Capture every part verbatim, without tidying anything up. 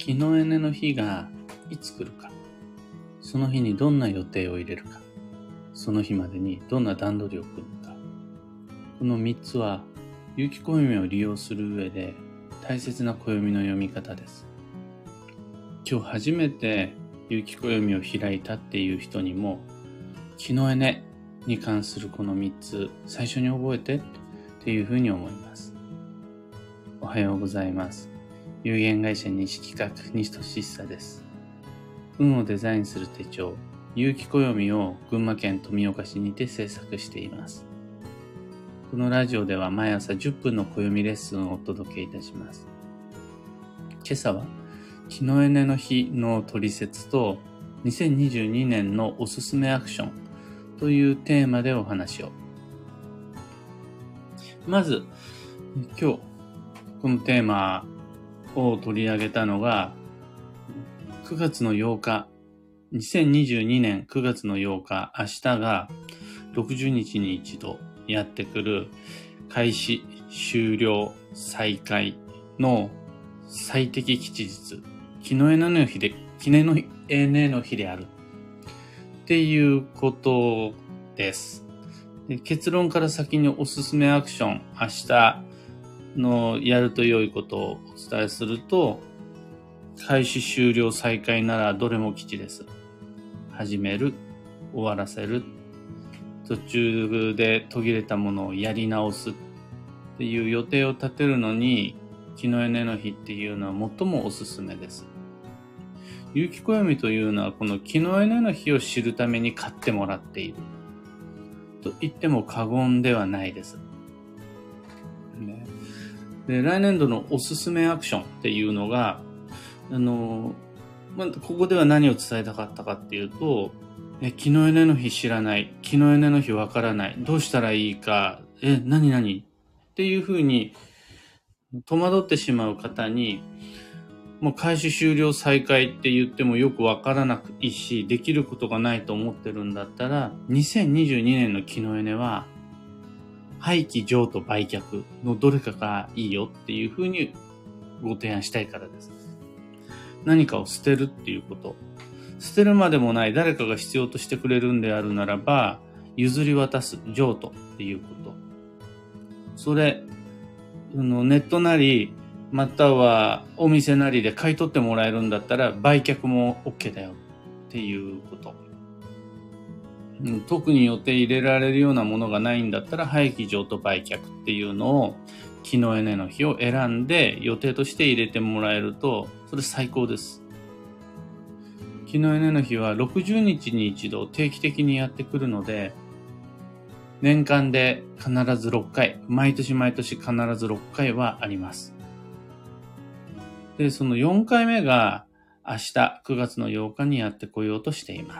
木のエネの日がいつ来るか、その日にどんな予定を入れるか、その日までにどんな段取りを組むか、このみっつは有機暦を利用する上で大切な暦の読み方です。今日初めて有機暦を開いたっていう人にも、木のエネに関するこのみっつ最初に覚えてっていうふうに思います。おはようございます。有限会社西企画西俊久です。運をデザインする手帳有機暦を群馬県富岡市にて制作しています。このラジオでは毎朝じゅっぷんの暦レッスンをお届けいたします。今朝は木のエネの日の取説とにせんにじゅうにねんのおすすめアクションというテーマでお話を。まず今日このテーマを取り上げたのがくがつのようか、にせんにじゅうにねんくがつのようか、明日がろくじゅうにちに一度やってくる開始、終了、再開の最適吉日、木のエネの日で、木のエネの日であるっていうことです。で、結論から先におすすめアクション、明日のやると良いことをお伝えすると、開始、終了、再開ならどれも吉です。始める、終わらせる、途中で途切れたものをやり直すっていう予定を立てるのに、木のエネの日っていうのは最もおすすめです。有機暦というのはこの木のエネの日を知るために買ってもらっていると言っても過言ではないです。ね、で、来年度のおすすめアクションっていうのが、あの、まあ、ここでは何を伝えたかったかっていうと、え、木のエネの日知らない、木のエネの日わからない、どうしたらいいか、え、何何っていうふうに戸惑ってしまう方に、もう開始終了再開って言ってもよくわからなくいいし、できることがないと思ってるんだったら、にせんにじゅうにねんの木のエネは、廃棄、譲渡、売却のどれかがいいよっていうふうにご提案したいからです。何かを捨てるっていうこと。捨てるまでもない誰かが必要としてくれるんであるならば、譲り渡す、譲渡っていうこと。それ、ネットなり、またはお店なりで買い取ってもらえるんだったら、売却も OK だよっていうこと。特に予定入れられるようなものがないんだったら、廃棄、譲渡、売却っていうのを、木のエネの日を選んで予定として入れてもらえると、それ最高です。木のエネの日はろくじゅうにちに一度定期的にやってくるので、年間で必ずろっかい、毎年毎年必ずろっかいはあります。で、そのよんかいめが明日くがつのようかにやってこようとしています。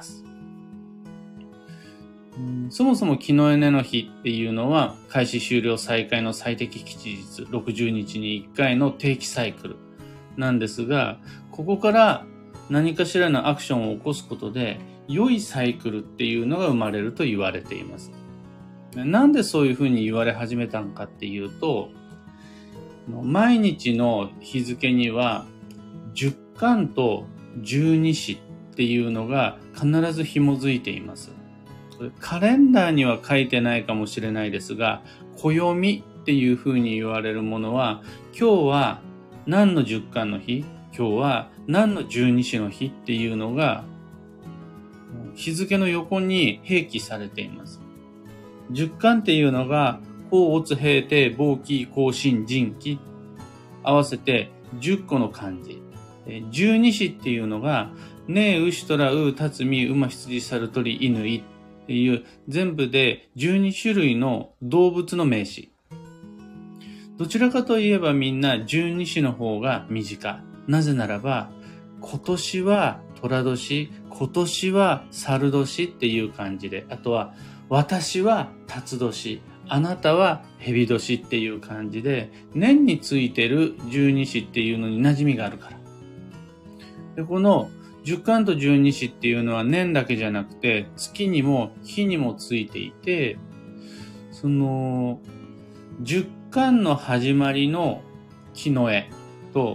そもそも木のエネの日っていうのは開始終了再開の最適吉日ろくじゅうにちにいっかいの定期サイクルなんですが、ここから何かしらのアクションを起こすことで良いサイクルっていうのが生まれると言われています。なんでそういうふうに言われ始めたのかっていうと、毎日の日付には十干と十二支っていうのが必ず紐づいています。カレンダーには書いてないかもしれないですが、暦っていう風に言われるものは、今日は何の十干の日、今日は何の十二支の日っていうのが、日付の横に併記されています。十干っていうのが、甲乙丙丁戊己庚辛壬己合わせてじゅっこの漢字。十二支っていうのが、ねえ、牛、虎、う、たつみ、馬、羊、猿、鳥、犬、いっていう全部でじゅうにしゅるいの動物の名詞。どちらかといえばみんな十二支の方が身近。なぜならば、今年は虎年、今年は猿年っていう感じで、あとは私は辰年、あなたは蛇年っていう感じで、年についてる十二支っていうのに馴染みがあるから。で、この十干と十二支っていうのは年だけじゃなくて月にも日にもついていて、その十干の始まりの木の絵と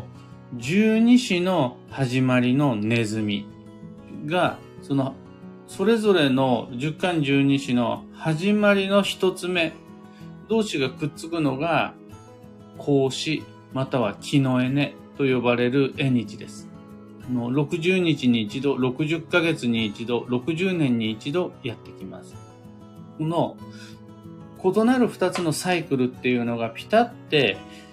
十二支の始まりのネズミが、その、それぞれの十干十二支の始まりの一つ目、同士がくっつくのが、孔子または木のエネと呼ばれる縁日です。のろくじゅうにちに一度、ろくじゅっかげつに一度、ろくじゅうねんに一度やってきます。この異なる二つのサイクルっていうのがピタって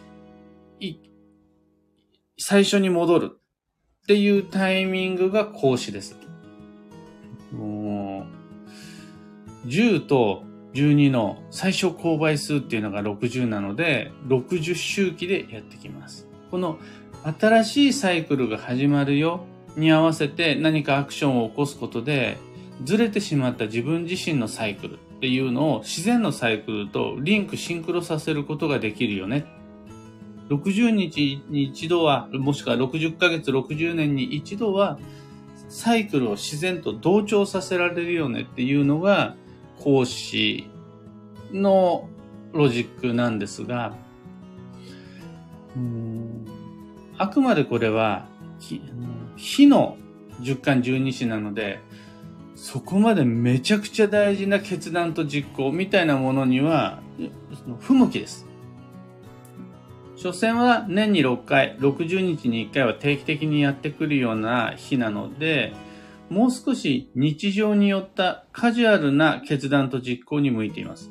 最初に戻るっていうタイミングが孔子です。じゅうとじゅうにの最小公倍数っていうのがろくじゅうなので、ろくじゅう周期でやってきます。この新しいサイクルが始まるよに合わせて何かアクションを起こすことで、ずれてしまった自分自身のサイクルっていうのを自然のサイクルとリンクシンクロさせることができるよね。ろくじゅうにちに一度は、もしくはろくじゅっかげつ、ろくじゅうねんに一度は、サイクルを自然と同調させられるよねっていうのが、孔子のロジックなんですが、うーんあくまでこれは、火の十干十二支なので、そこまでめちゃくちゃ大事な決断と実行みたいなものには不向きです。所詮は年にろっかい、ろくじゅうにちにいっかいは定期的にやってくるような日なので、もう少し日常によったカジュアルな決断と実行に向いています。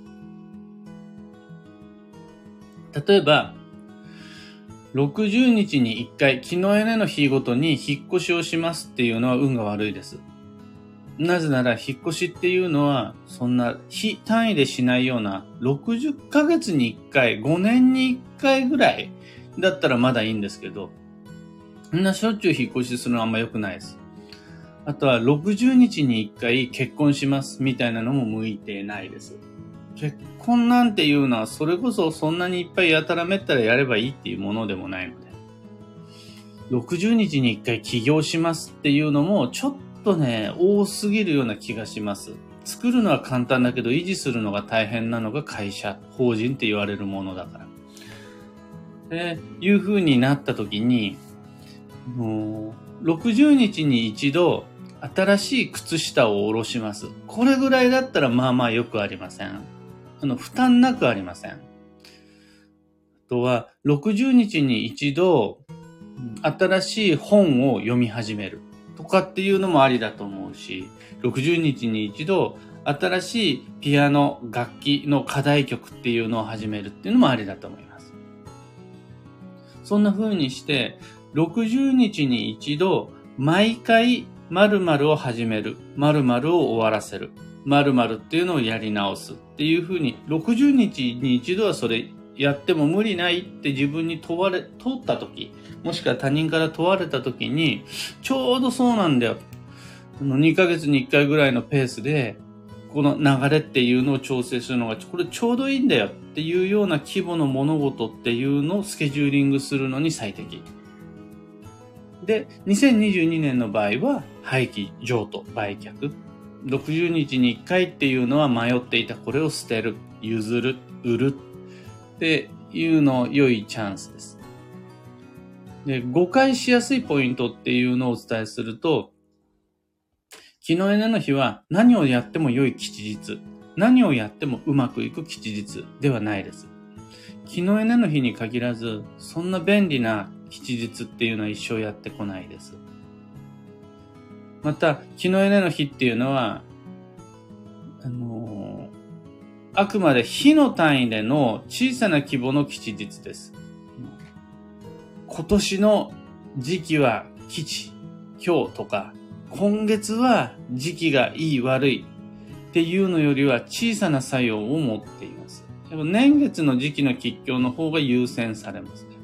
例えば、ろくじゅうにちにいっかい、木のエネの日ごとに引っ越しをしますっていうのは運が悪いです。なぜなら引っ越しっていうのはそんな日単位でしないようなろくじゅっかげつにいっかい、ごねんにいっかいぐらいだったらまだいいんですけど、そんなしょっちゅう引っ越しするのはあんま良くないです。あとはろくじゅうにちにいっかい結婚しますみたいなのも向いてないです。結婚なんていうのはそれこそそんなにいっぱいやたらめったらやればいいっていうものでもないので、ろくじゅうにちにいっかい起業しますっていうのもちょっとちょっとね、多すぎるような気がします。作るのは簡単だけど維持するのが大変なのが会社、法人って言われるものだから。で、いう風になった時に、もうろくじゅうにちに一度新しい靴下を下ろします。これぐらいだったらまあまあよくありません。あの、負担なくありません。あとは、ろくじゅうにちに一度新しい本を読み始める。とかっていうのもありだと思うし、ろくじゅうにちに一度新しいピアノ楽器の課題曲っていうのを始めるっていうのもありだと思います。そんな風にしてろくじゅうにちに一度毎回〇〇を始める、〇〇を終わらせる、〇〇っていうのをやり直すっていう風にろくじゅうにちに一度はそれやっても無理ないって自分に問われ、問った時、もしくは他人から問われた時に、ちょうどそうなんだよ。にかげつにいっかいぐらいのペースで、この流れっていうのを調整するのが、これちょうどいいんだよっていうような規模の物事っていうのをスケジューリングするのに最適。で、にせんにじゅうにねんの場合は、廃棄、譲渡、売却。ろくじゅうにちにいっかいっていうのは迷っていたこれを捨てる、譲る、売るっていうの良いチャンスです。で、誤解しやすいポイントっていうのをお伝えすると、木のエネの日は何をやっても良い吉日、何をやってもうまくいく吉日ではないです。木のエネの日に限らず、そんな便利な吉日っていうのは一生やってこないです。また、木のエネの日っていうのは、あのー、あくまで日の単位での小さな規模の吉日です。今年の時期は吉、今日とか、今月は時期がいい悪いっていうのよりは小さな作用を持っています。でも年月の時期の吉凶の方が優先されますね。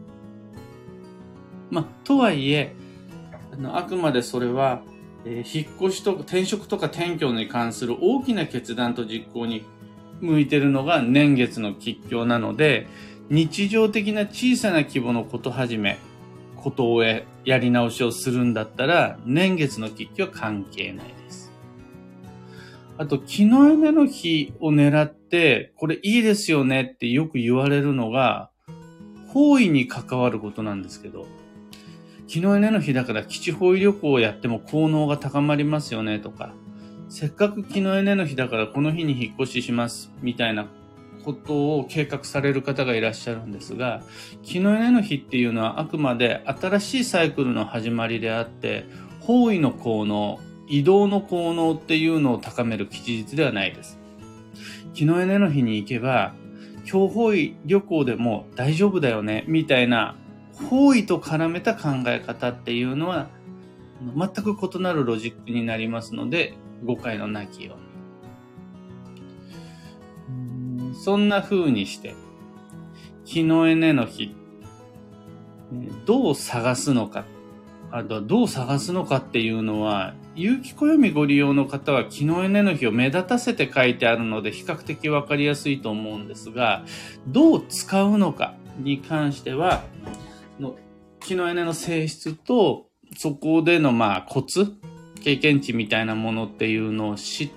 まあ、とはいえ、あの、あくまでそれは、えー、引っ越しとか転職とか転居に関する大きな決断と実行に向いているのが年月の吉凶なので、日常的な小さな規模のこと始め、ことをやり直しをするんだったら、年月の吉凶は関係ないです。あと、木のエネの日を狙って、これいいですよねってよく言われるのが、方位に関わることなんですけど、 木のエネの日だから基地方位旅行をやっても効能が高まりますよねとか、せっかく木のエネの日だからこの日に引っ越ししますみたいなことを計画される方がいらっしゃるんですが、木のエネの日っていうのはあくまで新しいサイクルの始まりであって、方位の効能、移動の効能っていうのを高める吉日ではないです。木のエネの日に行けば、強方位旅行でも大丈夫だよねみたいな方位と絡めた考え方っていうのは全く異なるロジックになりますので、誤解のなきように。そんな風にして、木のエネの日、どう探すのか、あとはどう探すのかっていうのは、有機暦ご利用の方は木のエネの日を目立たせて書いてあるので比較的わかりやすいと思うんですが、どう使うのかに関しては、木のエネの性質とそこでのまあコツ、経験値みたいなものっていうのを知って、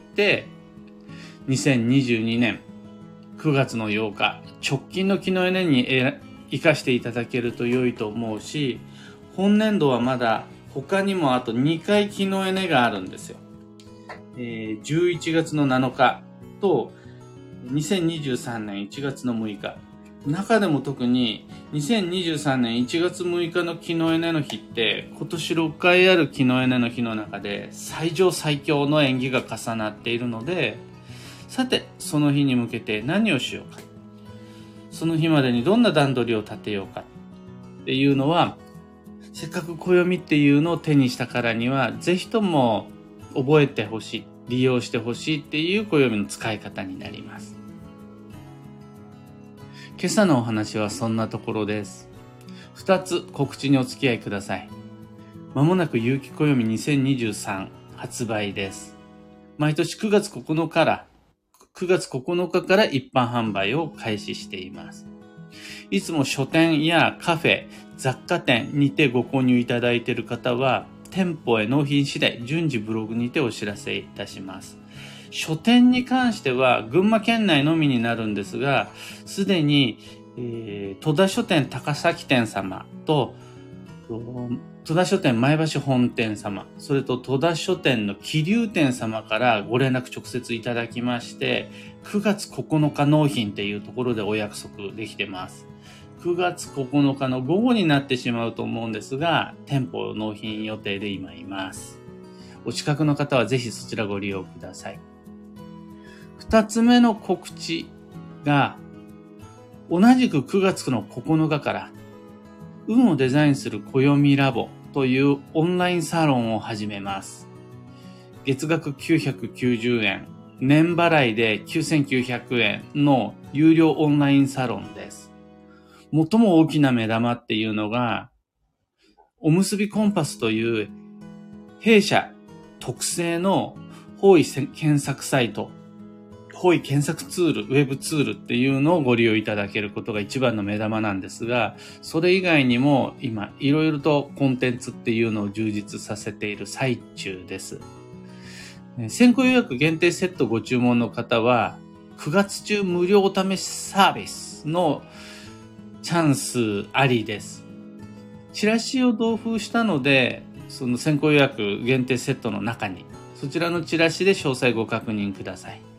にせんにじゅうにねんくがつのようか、直近の木のエネに生かしていただけると良いと思うし、本年度はまだ他にもあとにかい木のエネがあるんですよ。えー、じゅういちがつのなのかとにせんにじゅうさんねんいちがつのむいか。中でも特ににせんにじゅうさんねんいちがつむいかの木のエネの日って今年ろっかいある木のエネの日の中で最上最強の縁起が重なっているので、さてその日に向けて何をしようか、その日までにどんな段取りを立てようかっていうのは、せっかく暦っていうのを手にしたからにはぜひとも覚えてほしい、利用してほしいっていう暦の使い方になります。今朝のお話はそんなところです。二つ告知にお付き合いください。まもなく有機暦にせんにじゅうさん発売です。毎年くがつここのかから、くがつここのかから一般販売を開始しています。いつも書店やカフェ、雑貨店にてご購入いただいている方は、店舗へ納品次第順次ブログにてお知らせいたします。書店に関しては群馬県内のみになるんですが、すでに、えー、戸田書店高崎店様と戸田書店前橋本店様、それと戸田書店の桐生店様からご連絡直接いただきまして、くがつここのか納品っていうところでお約束できてます。くがつここのかの午後になってしまうと思うんですが、店舗納品予定で今います。お近くの方はぜひそちらご利用ください。二つ目の告知が、同じくくがつのここのかから運をデザインする暦ラボというオンラインサロンを始めます。月額きゅうひゃくきゅうじゅうえん、年払いできゅうせんきゅうひゃくえんの有料オンラインサロンです。最も大きな目玉っていうのが、おむすびコンパスという弊社特製の方位検索サイト、方位検索ツール、ウェブツールっていうのをご利用いただけることが一番の目玉なんですが、それ以外にも今いろいろとコンテンツっていうのを充実させている最中です。先行予約限定セットご注文の方はくがつ中無料お試しサービスのチャンスありです。チラシを同封したので、その先行予約限定セットの中にそちらのチラシで詳細ご確認ください。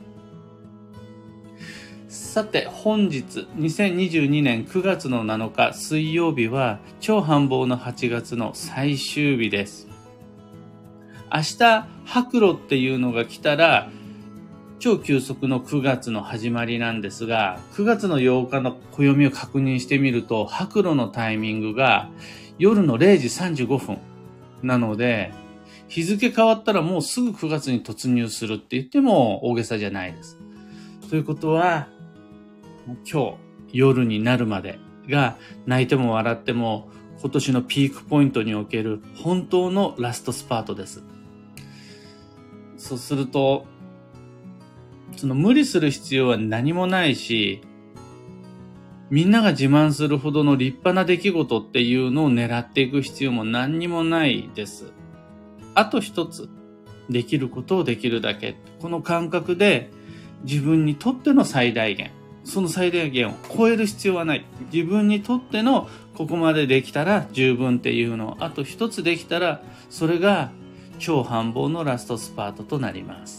さて本日にせんにじゅうにねんくがつのなのか水曜日は超繁忙のはちがつの最終日です。明日白露っていうのが来たら超急速のくがつの始まりなんですが、くがつのようかの暦を確認してみると白露のタイミングが夜のれいじさんじゅうごふんなので、日付変わったらもうすぐくがつに突入するって言っても大げさじゃないです。ということは今日夜になるまでが泣いても笑っても今年のピークポイントにおける本当のラストスパートです。そうするとその無理する必要は何もないし、みんなが自慢するほどの立派な出来事っていうのを狙っていく必要も何にもないです。あと一つ、できることをできるだけ。この感覚で自分にとっての最大限、 その最大限を超える必要はない。自分にとってのここまでできたら十分っていうのをあと一つできたら、それが超繁忙のラストスパートとなります。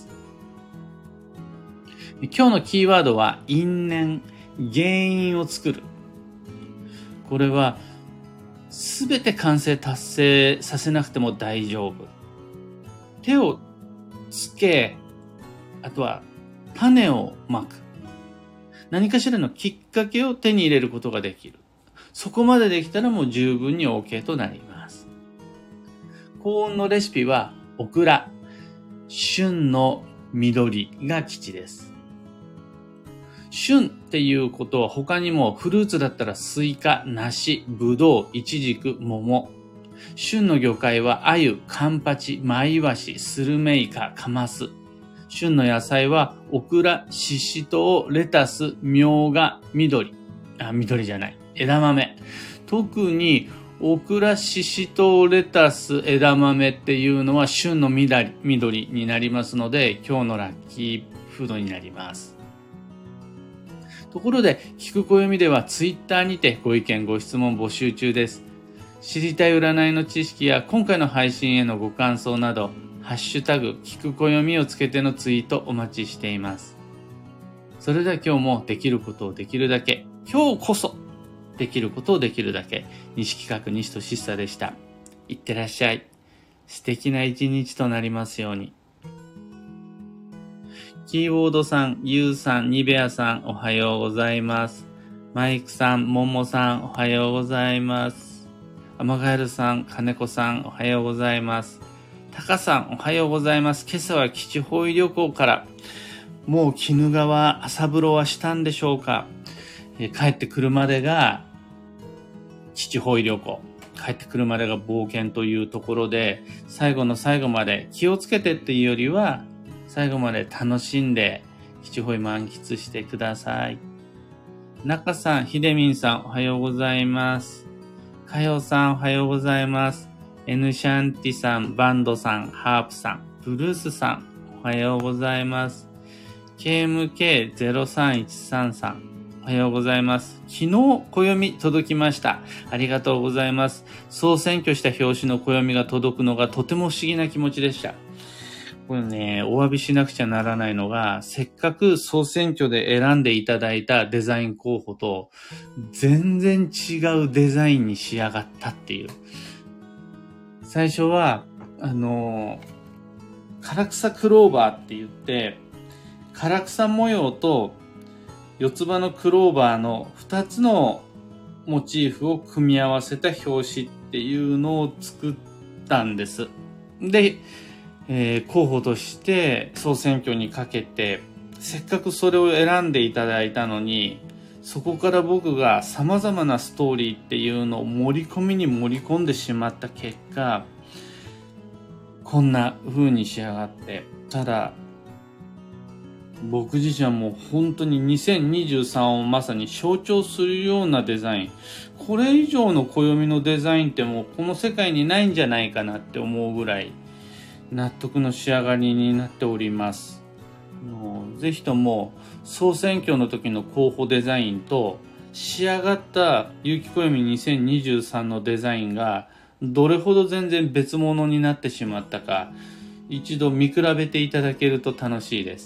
今日のキーワードは因縁、原因を作る。これはすべて完成達成させなくても大丈夫。手をつけ、あとは種をまく。何かしらのきっかけを手に入れることができる。そこまでできたらもう十分に OK となります。幸運のレシピはオクラ、旬の緑が吉です。旬っていうことは他にもフルーツだったらスイカ、梨、ブドウ、イチジク、桃。旬の魚介は鮎、カンパチ、マイワシ、スルメイカ、カマス。旬の野菜はオクラ、シシトウ、レタス、ミョウガ、緑。あ、緑じゃない。枝豆。特にオクラ、シシトウ、レタス、枝豆っていうのは旬の緑、緑になりますので、今日のラッキーフードになります。ところで、聞く暦ではツイッターにてご意見ご質問募集中です。知りたい占いの知識や今回の配信へのご感想など、ハッシュタグ、聞く暦をつけてのツイートお待ちしています。それでは今日もできることをできるだけ、今日こそできることをできるだけ、西企画西俊久でした。いってらっしゃい。素敵な一日となりますように。キーボードさん、ユウさん、ニベアさん、おはようございます。マイクさん、モモさん、おはようございます。アマガエルさん、金子さん、おはようございます。タカさん、おはようございます。今朝は基地方位旅行から、もう鬼怒川朝風呂はしたんでしょうか。えー、帰ってくるまでが基地方位旅行。帰ってくるまでが冒険というところで、最後の最後まで気をつけてっていうよりは、最後まで楽しんで、基地方位満喫してください。中さん、ひでみんさん、おはようございます。かよさん、おはようございます。エヌシャンティさん、バンドさん、ハープさん、ブルースさん、おはようございます。ケーエムケーゼロさんいちさんさん、おはようございます。昨日、暦届きました。ありがとうございます。総選挙した表紙の暦が届くのがとても不思議な気持ちでした。これね、お詫びしなくちゃならないのが、せっかく総選挙で選んでいただいたデザイン候補と、全然違うデザインに仕上がったっていう。最初は、あの、唐草クローバーって言って、唐草模様と四つ葉のクローバーの二つのモチーフを組み合わせた表紙っていうのを作ったんです。で、えー、候補として総選挙にかけて、せっかくそれを選んでいただいたのに、そこから僕が様々なストーリーっていうのを盛り込みに盛り込んでしまった結果、こんな風に仕上がって、ただ、僕自身はもう本当ににせんにじゅうさんをまさに象徴するようなデザイン。これ以上の暦のデザインってもうこの世界にないんじゃないかなって思うぐらい納得の仕上がりになっております。もうぜひとも総選挙の時の候補デザインと仕上がった有機暦にせんにじゅうさんのデザインがどれほど全然別物になってしまったか一度見比べていただけると楽しいです。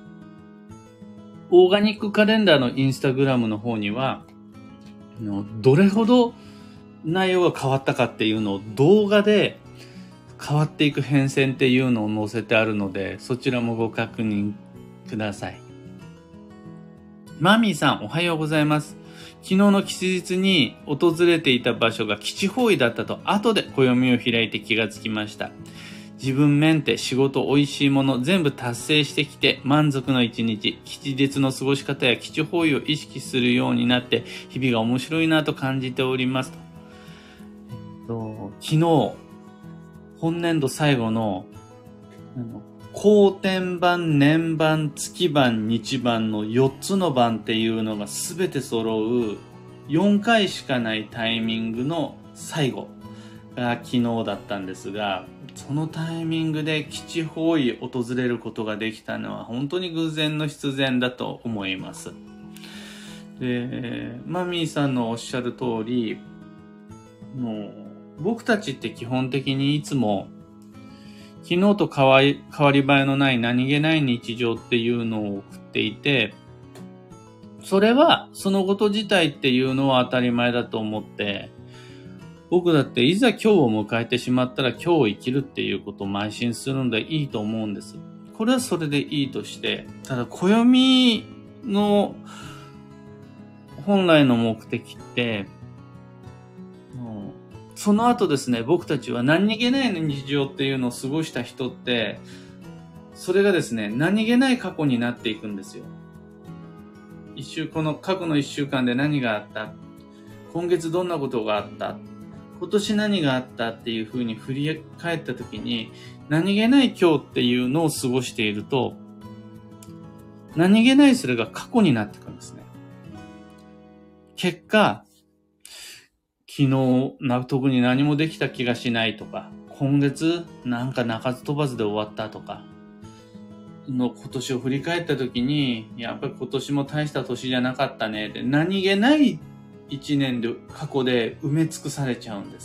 オーガニックカレンダーのインスタグラムの方には、どれほど内容が変わったかっていうのを動画で変わっていく変遷っていうのを載せてあるので、そちらもご確認ください。マミーさん、おはようございます。昨日の吉日に訪れていた場所が基地方位だったと後で暦を開いて気がつきました。自分メンテ、仕事、美味しいもの、全部達成してきて満足の一日、吉日の過ごし方や基地方位を意識するようになって、日々が面白いなと感じておりますと。えっと、昨日、本年度最後の、あの公天版、年版、月版、日版のよっつの版っていうのが全て揃うよんかいしかないタイミングの最後が昨日だったんですが、そのタイミングで基地方位訪れることができたのは本当に偶然の必然だと思います。 で、マミーさんのおっしゃる通り、もう僕たちって基本的にいつも昨日と変わり、変わり映えのない何気ない日常っていうのを送っていて、それはそのこと自体っていうのは当たり前だと思って、僕だっていざ今日を迎えてしまったら今日を生きるっていうことを邁進するのでいいと思うんです。これはそれでいいとして、ただ暦の本来の目的って、その後ですね、僕たちは何気ない日常っていうのを過ごした人って、それがですね、何気ない過去になっていくんですよ。一週、この過去の一週間で何があった？今月どんなことがあった？今年何があったっていう風に振り返った時に、何気ない今日っていうのを過ごしていると、何気ないそれが過去になってくるんですね。結果、昨日な特に何もできた気がしないとか、今月なんか鳴かず飛ばずで終わったとかの今年を振り返った時に、やっぱり今年も大した年じゃなかったねで、何気ない一年で過去で埋め尽くされちゃうんです。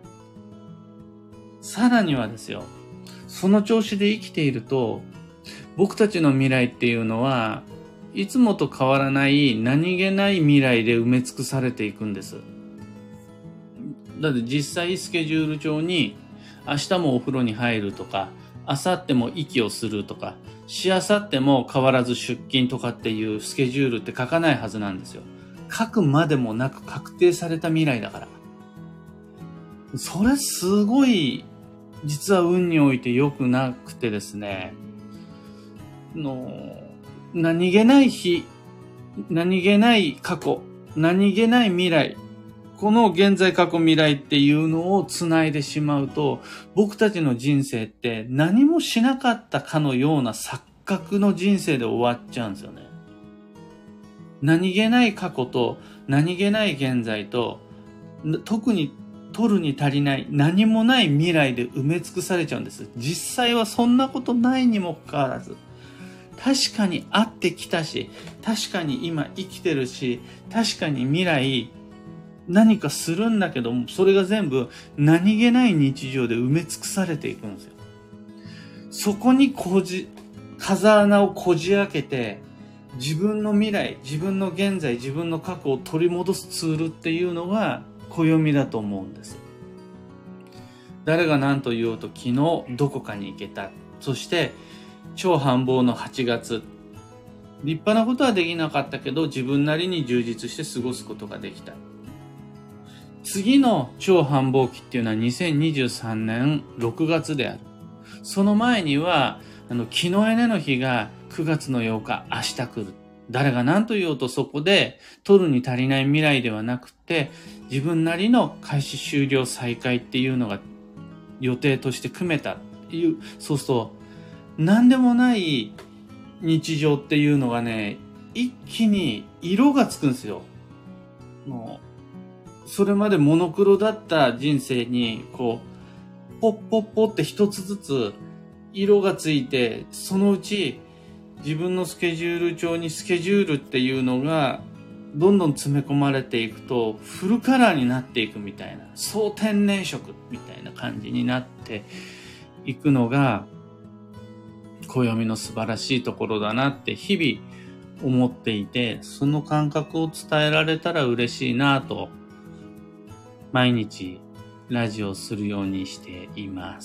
さらにはですよ、その調子で生きていると、僕たちの未来っていうのはいつもと変わらない何気ない未来で埋め尽くされていくんです。だって実際スケジュール帳に明日もお風呂に入るとか、明後日も息をするとか、しあさっても変わらず出勤とかっていうスケジュールって書かないはずなんですよ。書くまでもなく確定された未来だから。それすごい実は運において良くなくてですね、の何気ない日、何気ない過去、何気ない未来、この現在過去未来っていうのをつないでしまうと、僕たちの人生って何もしなかったかのような錯覚の人生で終わっちゃうんですよね。何気ない過去と何気ない現在と、特に取るに足りない何もない未来で埋め尽くされちゃうんです。実際はそんなことないにもかかわらず、確かに会ってきたし、確かに今生きてるし、確かに未来何かするんだけども、それが全部何気ない日常で埋め尽くされていくんですよ。そこにこじ、風穴をこじ開けて、自分の未来、自分の現在、自分の過去を取り戻すツールっていうのが暦だと思うんです。誰が何と言おうと昨日どこかに行けた。そして超繁忙のはちがつ。立派なことはできなかったけど自分なりに充実して過ごすことができた。次の超繁忙期っていうのはにせんにじゅうさんねんろくがつである。その前には、あの、木のエネの日がくがつのようか、明日来る。誰が何と言おうとそこで取るに足りない未来ではなくて、自分なりの開始終了再開っていうのが予定として組めたっていう、そうすると、何でもない日常っていうのがね、一気に色がつくんですよ。もうそれまでモノクロだった人生に、こう、ポッポッポって一つずつ色がついて、そのうち自分のスケジュール帳にスケジュールっていうのがどんどん詰め込まれていくと、フルカラーになっていくみたいな、総天然色みたいな感じになっていくのが、暦の素晴らしいところだなって日々思っていて、その感覚を伝えられたら嬉しいなと、毎日ラジオをするようにしています。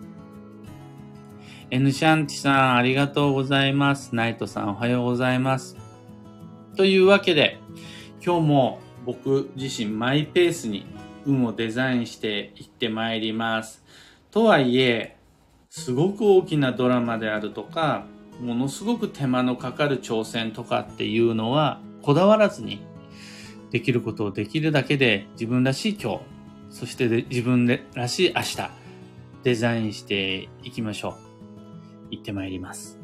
エヌシャンティさんありがとうございます。ナイトさんおはようございます。というわけで、今日も僕自身マイペースに運をデザインしていってまいります。とはいえ、すごく大きなドラマであるとか、ものすごく手間のかかる挑戦とかっていうのはこだわらずに、できることをできるだけで自分らしい今日、そして自分らしい明日、デザインしていきましょう。行ってまいります。